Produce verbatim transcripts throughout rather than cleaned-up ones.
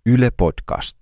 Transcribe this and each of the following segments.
Yle Podcast.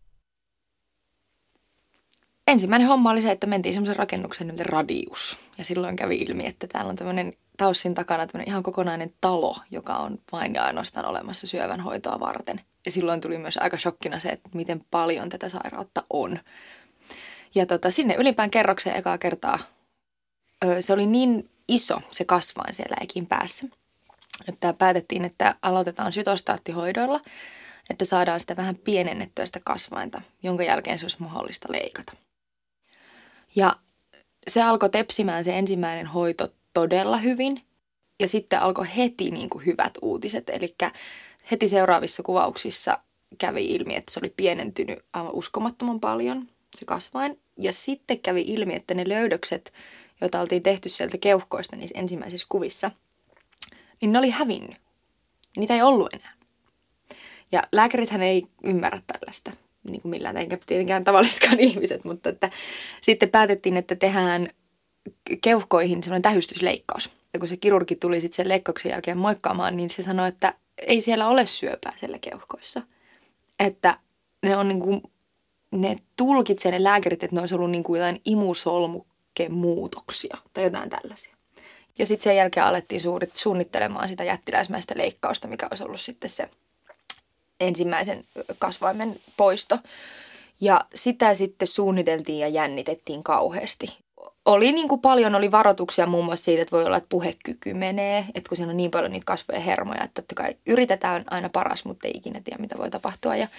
Ensimmäinen homma oli se, että mentiin semmoisen rakennuksen nimeltä Radius. Ja silloin kävi ilmi, että täällä on tämmöinen Taussin takana tämmöinen ihan kokonainen talo, joka on vain ja ainoastaan olemassa syövänhoitoa varten. Ja silloin tuli myös aika shokkina se, että miten paljon tätä sairautta on. Ja tota, sinne ylimpään kerrokseen ekaa kertaa ö, se oli niin iso se kasvain siellä ekin päässä, että päätettiin, että aloitetaan sytostaattihoidoilla, että saadaan sitä vähän pienennettyä sitä kasvainta, jonka jälkeen se olisi mahdollista leikata. Ja se alkoi tepsimään se ensimmäinen hoito todella hyvin ja sitten alkoi heti niin kuin hyvät uutiset. Eli heti seuraavissa kuvauksissa kävi ilmi, että se oli pienentynyt aivan uskomattoman paljon, se kasvain. Ja sitten kävi ilmi, että ne löydökset, joita oltiin tehty sieltä keuhkoista niissä ensimmäisissä kuvissa, niin ne oli hävinnyt. Niitä ei ollut enää. Ja lääkärithän ei ymmärrä tällaista niin kuin millään, eikä tietenkään tavallisetkaan ihmiset, mutta että sitten päätettiin, että tehdään keuhkoihin semmoinen tähystysleikkaus. Ja kun se kirurgi tuli sitten sen leikkauksen jälkeen moikkaamaan, niin se sanoi, että ei siellä ole syöpää siellä keuhkoissa. Että ne on niin kuin, ne tulkitsee ne lääkärit, että ne olisi ollut niin kuin jotain imusolmukkeen muutoksia tai jotain tällaisia. Ja sitten sen jälkeen alettiin suurit, suunnittelemaan sitä jättiläismäistä leikkausta, mikä olisi ollut sitten se ensimmäisen kasvaimen poisto. Ja sitä sitten suunniteltiin ja jännitettiin kauheasti. Oli niin kuin paljon oli varoituksia muun muassa siitä, että voi olla, että puhekyky menee, että kun siinä on niin paljon niitä kasvojen hermoja, että totta kai yritetään aina paras, mutta ei ikinä tiedä, mitä voi tapahtua. Ja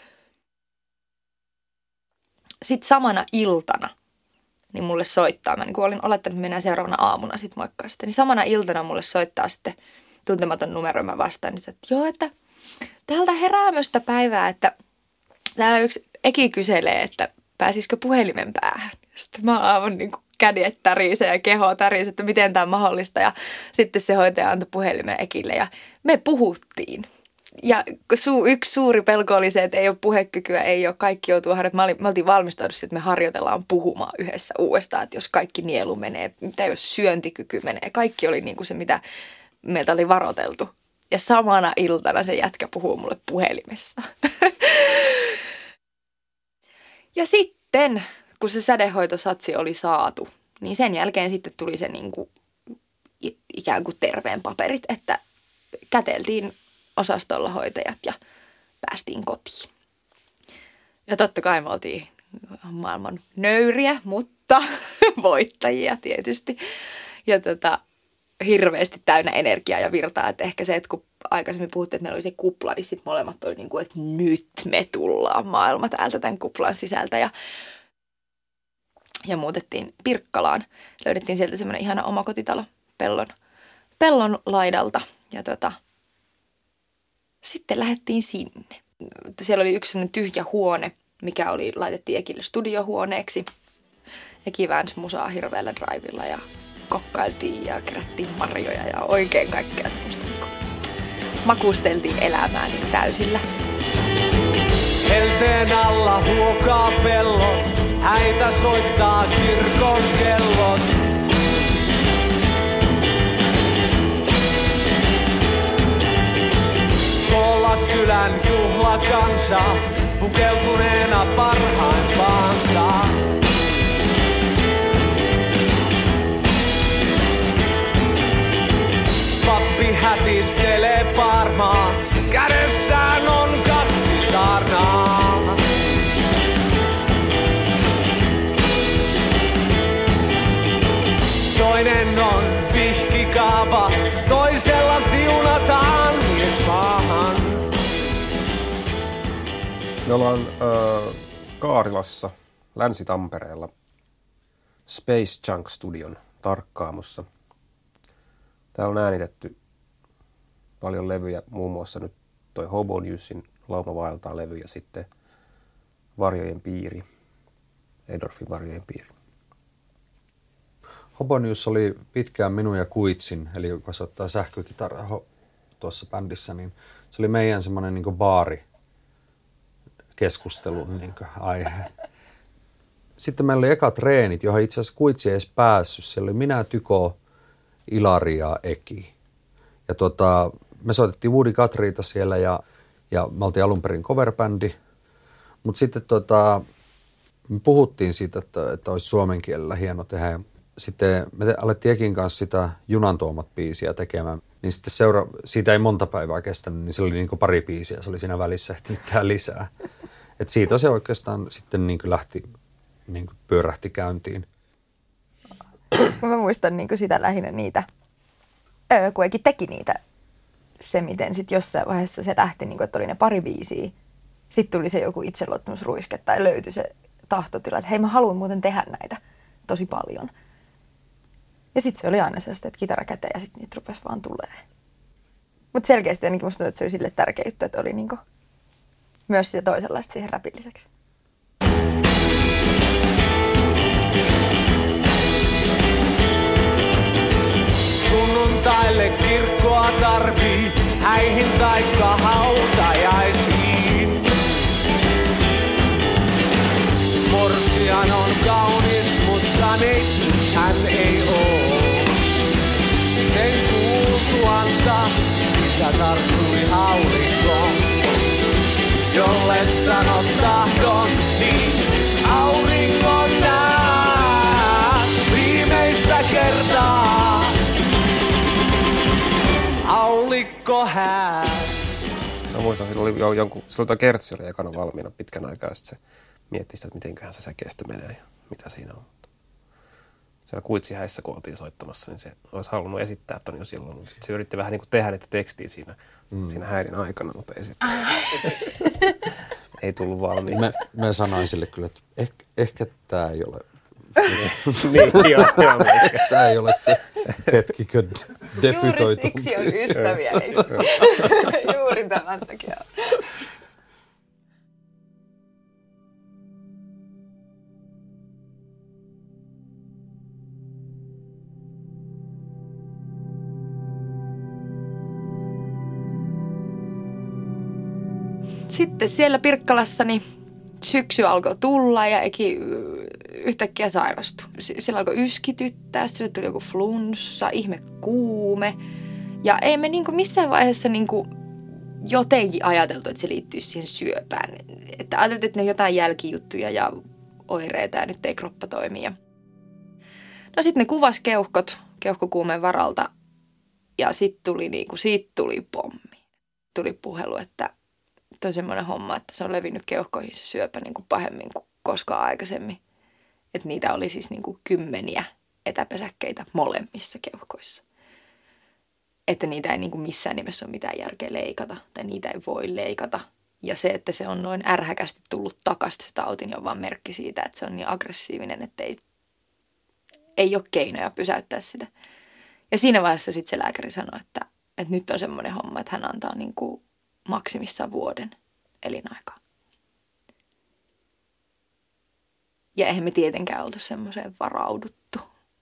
sitten samana iltana niin mulle soittaa, mä niin kuin olin olettanut, että mennään seuraavana aamuna sitten moikkaa sitä, niin samana iltana mulle soittaa sitten tuntematon numero, mä vastaan, niin että joo, että täältä heräämöstä päivää, että täällä yksi Eki kyselee, että pääsisikö puhelimen päähän. Sitten mä aivan niin kuin kädet tärisee ja keho tärisee, että miten tämä on mahdollista. Ja sitten se hoitaja antoi puhelimen Ekille ja me puhuttiin. Ja su- yksi suuri pelko oli se, että ei ole puhekykyä, ei ole, kaikki joutuu harjoittamaan. Me oltiin valmistauduttu, että me harjoitellaan puhumaan yhdessä uudestaan, että jos kaikki nielu menee, mitä jos syöntikyky menee. Kaikki oli niin kuin se, mitä meiltä oli varoiteltu. Ja samana iltana se jätkä puhuu mulle puhelimessa. Ja sitten, kun se sädehoitosatsi oli saatu, niin sen jälkeen sitten tuli se niin kuin, ikään kuin terveen paperit, että käteltiin osastolla hoitajat ja päästiin kotiin. Ja totta kai me oltiin maailman nöyriä, mutta voittajia tietysti. Ja tota, hirveästi täynnä energiaa ja virtaa, että ehkä se, että kun aikaisemmin puhuttiin, että meillä oli se kupla, niin sitten molemmat oli niin kuin, että nyt me tullaan maailma täältä tämän kuplan sisältä ja, ja muutettiin Pirkkalaan. Löydettiin sieltä semmoinen ihana omakotitalo pellon, pellon laidalta ja tota, sitten lähdettiin sinne. Siellä oli yksi semmoinen tyhjä huone, mikä oli, laitettiin Ekille studiohuoneeksi. Eki väänsi musaa hirveällä drivilla ja kokkailtiin ja kerättiin marjoja ja oikein kaikkea semmoista niin kuin makusteltiin elämää niin täysillä. Helteen alla huokaa pellot, häitä soittaa kirkon kellot. Koolla kylän juhlakansa, pukeutuneena parhaimpaansa. Pappi hätistelee parmaa, kädessään on kaksi saarnaa. Toinen on vihkikaava, toisella siunataan mies maahan. Me ollaan äh, Kaarilassa, Länsi-Tampereella, Space Junk Studion tarkkaamossa. Täällä on äänitetty paljon levyjä, muun muassa nyt toi Hobo Newsin Lauma vaeltaa levy ja sitten Varjojen piiri, Edorfin Varjojen piiri. Hobo News oli pitkään minun ja Kuitsin, eli joka soittaa sähkökitaraa tuossa bändissä, niin se oli meidän semmoinen niin kuin baari keskustelun niin kuin aihe. Sitten meillä oli eka treenit, johon itse asiassa Kuitsi ei edes päässyt. Siellä oli minä, Tyko, Ilari ja Eki. Ja tota, me soitettiin Woody Guthrietä siellä ja, Ja me oltiin alun perin cover-bändi. Mutta sitten tota, me puhuttiin siitä, että, että olisi suomen kielellä hieno tehdä. Sitten me te, alettiin Ekin kanssa sitä Junan tuomat biisiä tekemään. Niin sitten seura- siitä ei monta päivää kestänyt, niin se oli niin kuin pari biisiä. Se oli siinä välissä ehtinyt tehdä lisää. Et siitä se oikeastaan sitten niin kuin lähti, niin kuin pyörähti käyntiin. Mä muistan niin kuin sitä lähinnä niitä, öö, kun Eki teki niitä. Se, miten sitten jossain vaiheessa se lähti, niin kuin, että oli ne pari biisiä. Sitten tuli se joku itseluottamusruiske tai löytyi se tahtotila, että hei mä haluan muuten tehdä näitä tosi paljon. Ja sitten se oli aina sellaista, että kitara käteen ja sitten niitä rupesi vaan tulee. Mutta selkeästi ainakin musta tuntuu, että se oli sille tärkeä juttu, että oli niinku myös sitä toisenlaista siihen räpilliseksi. Sunnuntaille kirkkoa tarvii, häihin taikka hautajaisiin. Morsian on kaunis, mutta neitsyt hän ei oo. Sen kuultuansa isä tarttui haulikkoon. Jollet sanot tahdon, niin auringon nää viimeistä kertaa. Aulikko hää. Mä muistan, sillä oli jo, jonkun, silloin tuo kertsi oli ekana valmiina pitkän aikaa, ja sitten se mietti sitä, että mitenköhän se säkeistö menee ja mitä siinä on. Siellä Kuitsihäissä, kun oltiin soittamassa, niin se olisi halunnut esittää ton jo silloin. Sitten se yritti vähän niin kuin tehdä niitä tekstiä siinä, mm. siinä häirin aikana, mutta ei sitten. Ei tullut valmiiksi. Mä, mä sanoin sille kyllä, että ehkä, ehkä tämä ei ole. niin, joo, joo. Tämä ei ole se hetki, kun debytoitu. Juuri siksi on ystäviä, eikö? Juuri tämän takia. Sitten siellä Pirkkalassa niin syksy alkoi tulla ja Eki yhtäkkiä sairastui. Siellä alkoi yskityttää, sille tuli joku flunssa, ihme kuume. Ja ei me niinku missään vaiheessa niinku jotenkin ajateltu, että se liittyisi siihen syöpään. Että ajateltiin, että ne on jotain jälkijuttuja ja oireita ja nyt ei kroppa toimi. No sitten ne kuvas keuhkot keuhkokuumeen varalta ja sitten tuli niinku, siitä tuli pommi. Tuli puhelu, että on semmoinen homma, että se on levinnyt keuhkoihin se syöpä niin kuin pahemmin kuin koskaan aikaisemmin. Että niitä oli siis niin kuin kymmeniä etäpesäkkeitä molemmissa keuhkoissa. Että niitä ei niin kuin missään nimessä ole mitään järkeä leikata tai niitä ei voi leikata. Ja se, että se on noin ärhäkästi tullut takaisin se tauti, niin on vaan merkki siitä, että se on niin aggressiivinen, että ei, ei ole keinoja pysäyttää sitä. Ja siinä vaiheessa sitten se lääkäri sanoi, että, että nyt on semmoinen homma, että hän antaa niin kuin maksimissaan vuoden elinaikaa. Ja eihän me tietenkään oltu semmoiseen varauduttu.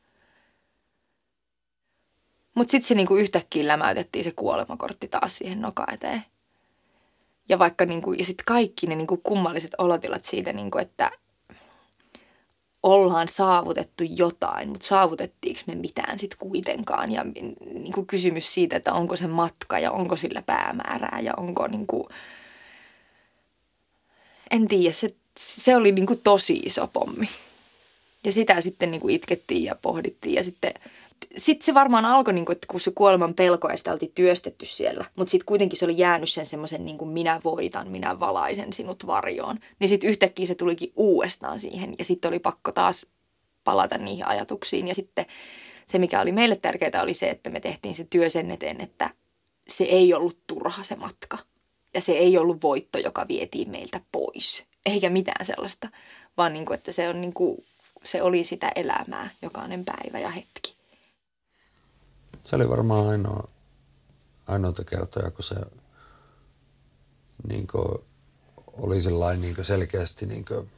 Mutta sitten se niinku yhtäkkiä lämäytettiin se kuolemakortti taas siihen noka eteen. Ja vaikka niinku, ja sitten kaikki ne niinku kummalliset olotilat siitä, niinku, että ollaan saavutettu jotain, mutta saavutettiinko me mitään sitten kuitenkaan. Ja niinku kysymys siitä, että onko se matka ja onko sillä päämäärää ja onko niinku, en tiedä, se, se oli niinku tosi iso pommi. Ja sitä sitten niinku itkettiin ja pohdittiin ja sitten sitten se varmaan alkoi, niin kuin, että kun se kuoleman pelko ja sitä oltiin työstetty siellä, mutta sitten kuitenkin se oli jäänyt sen semmoisen niin kuin minä voitan, minä valaisen sinut varjoon. Niin sitten yhtäkkiä se tulikin uudestaan siihen ja sitten oli pakko taas palata niihin ajatuksiin. Ja sitten se, mikä oli meille tärkeää, oli se, että me tehtiin se työ sen eteen, että se ei ollut turha se matka. Ja se ei ollut voitto, joka vietiin meiltä pois. Eikä mitään sellaista, vaan niin kuin, että se, on, niin kuin, se oli sitä elämää jokainen päivä ja hetki. Se oli varmaan ainoa, ainoita kertoja, kun se niin kuin, oli sellainen niin kuin selkeästi niin kuin,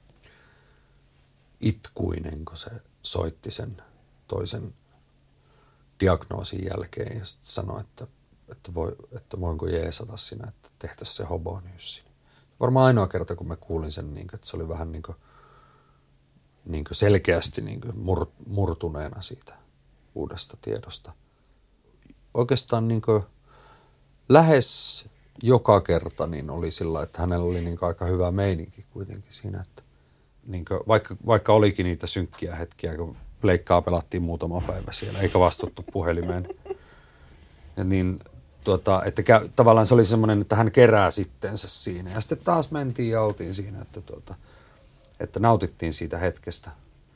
itkuinen, kun se soitti sen toisen diagnoosin jälkeen ja sitten sanoi, että, että, voi, että voinko jeesata sinä, että tehtäisiin se hobonyssi. Varmaan ainoa kerta, kun mä kuulin sen, niin kuin, että se oli vähän niin kuin, niin kuin selkeästi niin kuin mur, murtuneena siitä uudesta tiedosta. Oikeastaan niin kuin lähes joka kerta niin oli sillä, että hänellä oli niin aika hyvä meininki kuitenkin siinä, että niin kuin, vaikka, vaikka olikin niitä synkkiä hetkiä, kun pleikkaa pelattiin muutama päivä siellä, eikä vastattu puhelimeen. Ja niin, tuota, että käy, tavallaan se oli semmoinen, että hän kerää sittensä siinä. Ja sitten taas mentiin ja oltiin siinä, että, tuota, että nautittiin siitä hetkestä.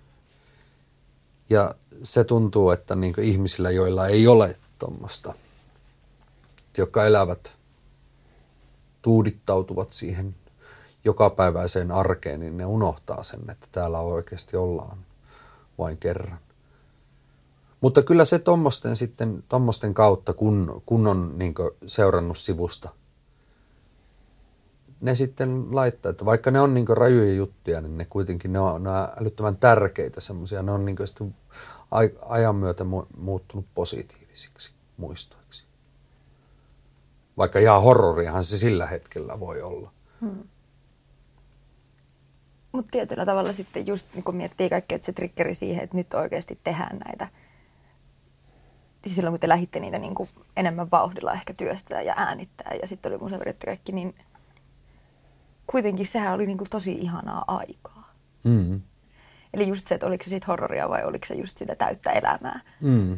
Ja se tuntuu, että niin kuin ihmisillä, joilla ei ole tuommoista, jotka elävät, tuudittautuvat siihen jokapäiväiseen arkeen, niin ne unohtaa sen, että täällä oikeasti ollaan vain kerran. Mutta kyllä se tommosten sitten, tommosten kautta, kun, kun on niin kuin seurannut sivusta, ne sitten laittaa, että vaikka ne on niin kuin rajuja juttuja, niin ne kuitenkin ne on, ne on älyttömän tärkeitä semmoisia. Ne on niin kuin sitten ajan myötä muuttunut positiivisiksi muistoiksi. Vaikka ihan horroriahan se sillä hetkellä voi olla. Hmm. Mutta tietyllä tavalla sitten just niin kun miettii kaikkea, että se triggeri siihen, että nyt oikeasti tehdään näitä. Silloin kun te lähditte niitä niin kuin enemmän vauhdilla ehkä työstää ja äänittää ja sitten oli musaverit ja kaikki, niin kuitenkin sehän oli niin kuin tosi ihanaa aikaa. Mm. Eli just se, että oliko se sitten horroria vai oliko se just sitä täyttä elämää. Mm.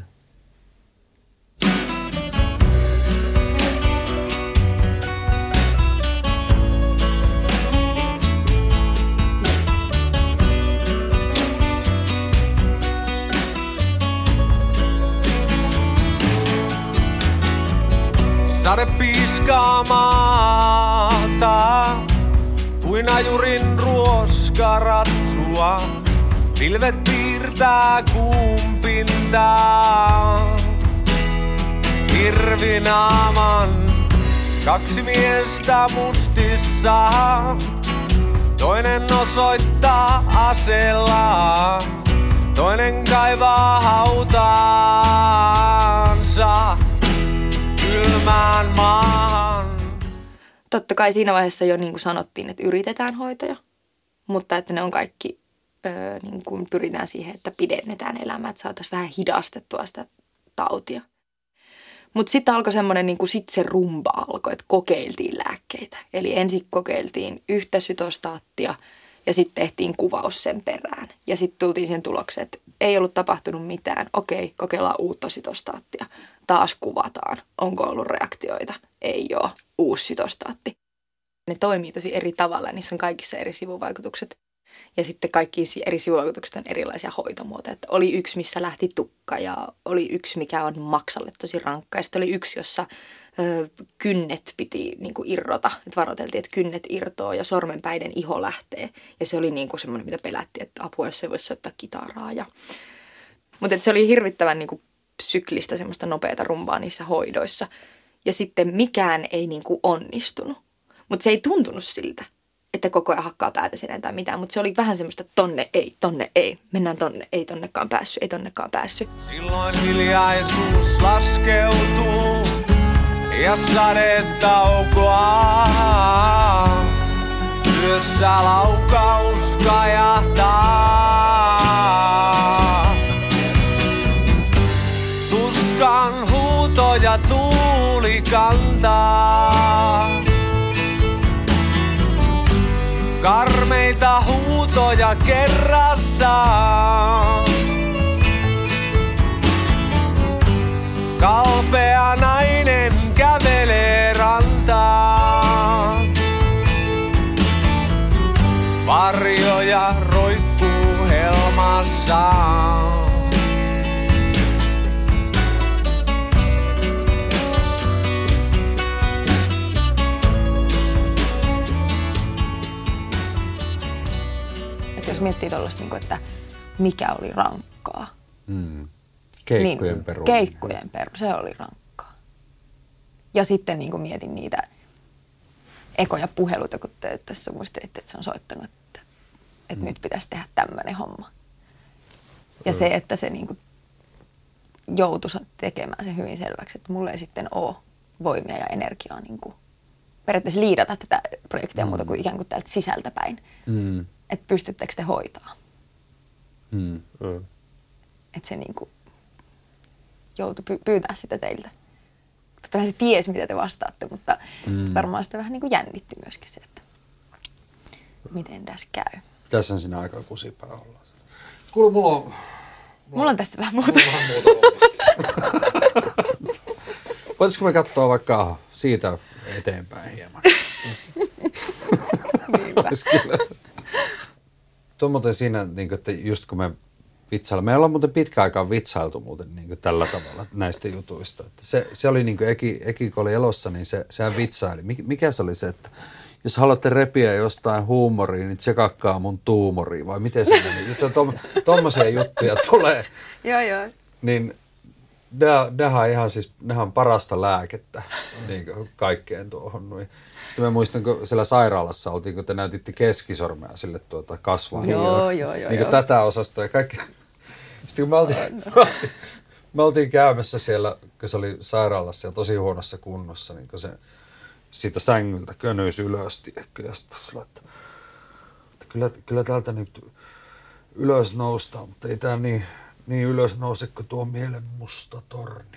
Sade piiskaa maata, kuin ajurin ruoskaratsua. Pilvet piirtää kuun pintaa. Hirvinaaman kaksi miestä mustissa. Toinen osoittaa aseella, toinen kaivaa hautaansa kylmään maahan. Totta kai siinä vaiheessa jo niin kuin sanottiin, että yritetään hoitoja, mutta että ne on kaikki, öö, niin kuin pyritään siihen, että pidennetään elämää, että saataisiin vähän hidastettua sitä tautia. Mutta sitten alkoi semmoinen, niin kuin sit se rumba alkoi, että kokeiltiin lääkkeitä. Eli ensin kokeiltiin yhtä sytostaattia ja sitten tehtiin kuvaus sen perään. Ja sitten tultiin sen tulokseen, että ei ollut tapahtunut mitään. Okei, kokeillaan uutta sytostaattia. Taas kuvataan. Onko ollut reaktioita? Ei ole. Uusi sytostaatti. Ne toimii tosi eri tavalla. Niissä on kaikissa eri sivuvaikutukset. Ja sitten kaikki eri sivuvaikutukset on erilaisia hoitomuotoja. Että oli yksi, missä lähti tukka ja oli yksi, mikä on maksalle tosi rankka. Ja sitten oli yksi, jossa ö, kynnet piti niin kuin irrota. Että varoiteltiin, että kynnet irtoo ja sormenpäiden iho lähtee. Ja se oli niin kuin semmoinen, mitä pelättiin, että apua, jos ei voi soittaa kitaraa. Ja... Mutta se oli hirvittävän niin kuin syklistä, semmoista nopeata rumbaa niissä hoidoissa. Ja sitten mikään ei niin kuin onnistunut. Mutta se ei tuntunut siltä, että koko ajan hakkaa päätä sinne tai mitään. Mutta se oli vähän semmoista tonne ei, tonne ei. Mennään tonne, ei tonnekaan päässyt, ei tonnekaan päässyt. Silloin hiljaisuus laskeutuu ja sade taukoaa. Yössä laukaus kajahtaa. Tuskan huutoja tuuli kantaa. Karmeita huutoja kerrassa. Kalpea nainen kävelee rantaan. Varjoja roikkuu helmassaan. Jos miettii tuollaista, että mikä oli rankkaa. Mm. Keikkojen niin, peruminen. Keikkojen peru, se oli rankkaa. Ja sitten niin mietin niitä ekoja puheluita, kun te tässä muistelitte, että se on soittanut, että, että mm. nyt pitäisi tehdä tämmöinen homma. Ja mm. se, että se niin joutui tekemään sen hyvin selväksi, että mulla ei sitten ole voimia ja energiaa niin periaatteessa liidata tätä projektia mm. muuta kuin ikään kuin täältä sisältäpäin. Mm. Että pystyttekö te hoitaa. Mm. Että se niinku joutui py- pyytää sitä teiltä. totta kai se tiesi, mitä te vastaatte, mutta mm. varmaan sitä vähän niin kuin jännitti myöskin se, että miten tässä käy. Tässä siinä aika kusipää olla. Kuule, mulla on... Mulla, mulla on tässä vähän muuta. Mulla on muuta. Voitaisiko me katsoa vaikka siitä eteenpäin hieman? Niinpä. Tuo muuten siinä, että just kun me vitsaillaan, meillä on muuten pitkä aikaa vitsailtu muuten niin tällä tavalla näistä jutuista. Että se, se oli niin kuin Eki, Eki, kun oli elossa, niin se, sehän vitsaili. Mikä se oli se, että jos haluatte repiä jostain huumoria, niin tsekakkaa mun tuumoria, vai miten se meni? Tuommoisia juttuja tulee. Joo, joo. Niin nehän on ihan siis, nehän on parasta lääkettä niin kaikkeen tuohon. Noin. Sitten mä muistan, kun siellä sairaalassa oltiin, kun te näytitte keskisormea sille tuota kasvaan. Joo, joo, joo. Niin kuin tätä osastoa ja kaikki. Sitten kun me oltiin, oh, no. me, oltiin, me oltiin käymässä siellä, kun se oli sairaalassa ja tosi huonossa kunnossa, niin kun se siitä sängyltä könöisi ylös, tiedätkö, ja sitten sillä, että, että kyllä, kyllä täältä nyt ylös noustaan, mutta ei tää niin, niin ylös nouse kuin tuo mielen musta torni.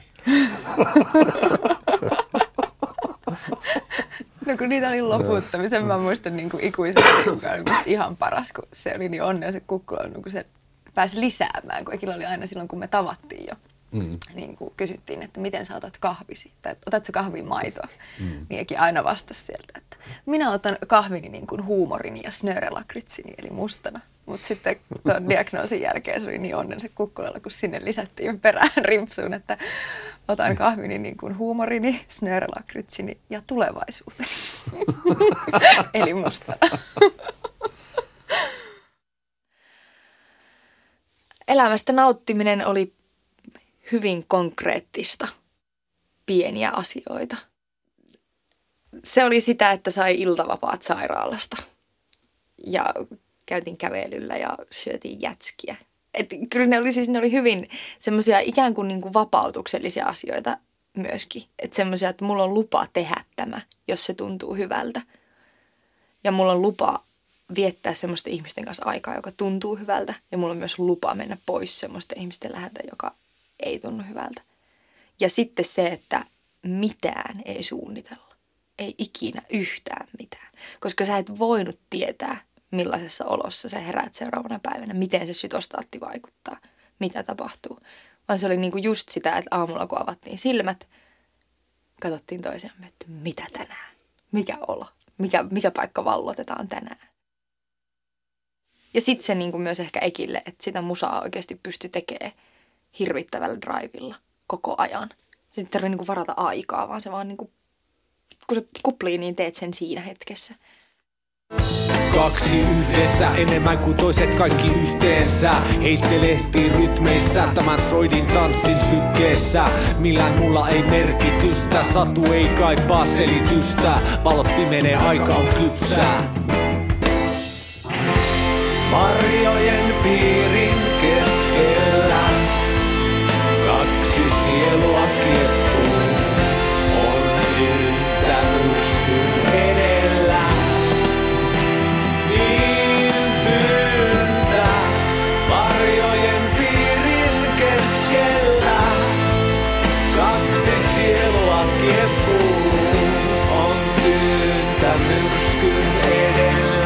No kun niitä oli loputtamisen, mä muistan niin kuin ikuisesti, kuka oli ihan paras, kun se oli niin onnea se kukkula, kun se pääsi lisäämään, kun Ekillä oli aina silloin, kun me tavattiin jo. Mm. Niin kuin kysyttiin, että miten sä otat kahvisi, tai otatko kahvin maitoa, mm. niin Eki aina vastasi sieltä, että minä otan kahvini niin kuin huumorini ja snörelakritsini, eli mustana. Mutta sitten tuon diagnoosin jälkeen se oli niin onnen se kukkulalla, kun sinne lisättiin perään rimpsuun, että otan kahvini niin kuin huumorini, snörelakritsini ja tulevaisuuteni, eli mustana. Elämästä nauttiminen oli hyvin konkreettista, pieniä asioita. Se oli sitä, että sai iltavapaat sairaalasta ja käytiin kävelyllä ja syötiin jätskiä. Et kyllä ne oli siis ne oli hyvin semmoisia ikään kuin, niin kuin vapautuksellisia asioita myöskin. Että semmoisia, että mulla on lupa tehdä tämä, jos se tuntuu hyvältä. Ja mulla on lupa viettää semmoisten ihmisten kanssa aikaa, joka tuntuu hyvältä. Ja mulla on myös lupa mennä pois semmoisten ihmisten läheltä, joka ei tunnu hyvältä. Ja sitten se, että mitään ei suunnitella. Ei ikinä yhtään mitään. Koska sä et voinut tietää, millaisessa olossa sä heräät seuraavana päivänä, miten se sytostaatti vaikuttaa, mitä tapahtuu. Vaan se oli niinku just sitä, että aamulla kun avattiin silmät, katsottiin toisiamme, että mitä tänään, mikä olo, mikä, mikä paikka vallotetaan tänään. Ja sitten se niinku myös ehkä Ekille, että sitä musaa oikeasti pystyi tekemään hirvittävällä drivilla koko ajan. Se ei tarvitse niinku varata aikaa, vaan se vaan niinku, kun se kuplii, niin teet sen siinä hetkessä. Kaksi yhdessä, enemmän kuin toiset kaikki yhteensä. Heittelehtii rytmeissä, tämän soidin tanssin sykkeessä. Millään mulla ei merkitystä, satu ei kaipaa selitystä. Valot pimenee, aika on kypsää. Marjojen piirin keskellä kaksi sielua kieppuu. On tyyntä myrskyn edellä. Niin tyyntä marjojen piirin keskellä kaksi sielua kieppuu. On tyyntä myrskyn edellä.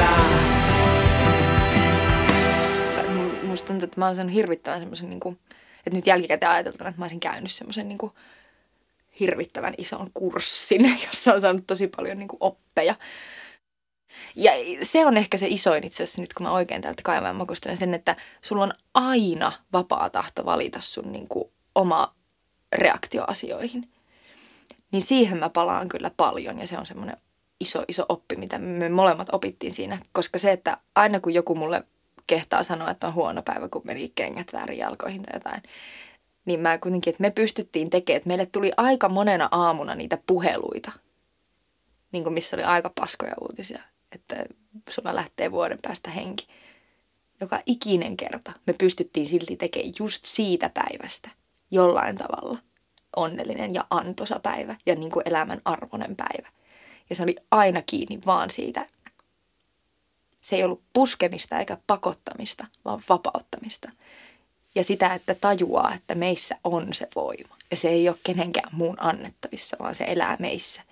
Musta tuntuu, että mä oon saanut hirvittävän semmoisen, niin kuin, että nyt jälkikäteen ajateltuna, että mä olisin käynyt semmoisen niin kuin hirvittävän ison kurssin, jossa on saanut tosi paljon niin kuin oppeja. Ja se on ehkä se isoin itse asiassa nyt, kun mä oikein täältä kaivan makustelen sen, että sulla on aina vapaa tahto valita sun niin kuin oma reaktio asioihin. Niin siihen mä palaan kyllä paljon ja se on semmoinen iso, iso oppi, mitä me molemmat opittiin siinä. Koska se, että aina kun joku mulle kehtaa sanoa, että on huono päivä, kun meni kengät väärin jalkoihin tai jotain, niin mä kuitenkin, että me pystyttiin tekemään, että meille tuli aika monena aamuna niitä puheluita, niin kuin missä oli aika paskoja uutisia, että sulla lähtee vuoden päästä henki. Joka ikinen kerta me pystyttiin silti tekemään just siitä päivästä jollain tavalla onnellinen ja antoisa päivä ja niin kuin elämän arvoinen päivä. Ja se oli aina kiinni vaan siitä. Se ei ollut puskemista eikä pakottamista, vaan vapauttamista. Ja sitä, että tajuaa, että meissä on se voima. Ja se ei ole kenenkään muun annettavissa, vaan se elää meissä.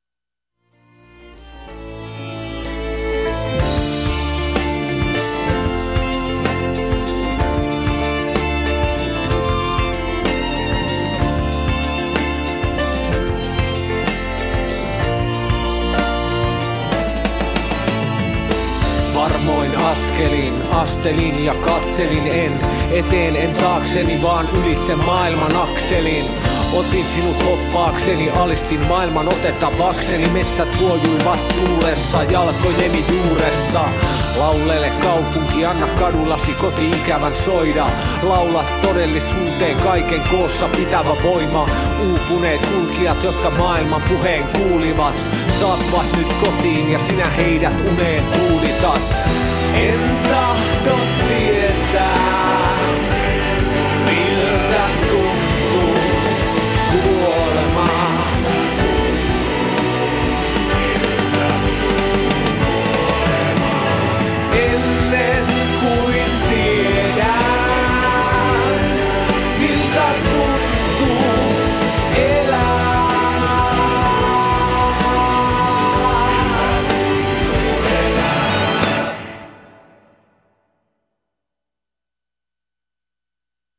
Varmoin askelin, astelin ja katselin en eteen en taakseni, vaan ylitse maailman akselin. Otin sinut oppaakseni, alistin maailman otettavakseni. Metsät huojuivat tuulessa, jalkojeni juuressa. Laulele kaupunki, anna kadullasi koti-ikävän soida. Laula todellisuuteen kaiken koossa pitävä voima. Uupuneet kulkijat, jotka maailman puheen kuulivat, saapuvat nyt kotiin ja sinä heidät uneen uuditat. En tahdo tietää.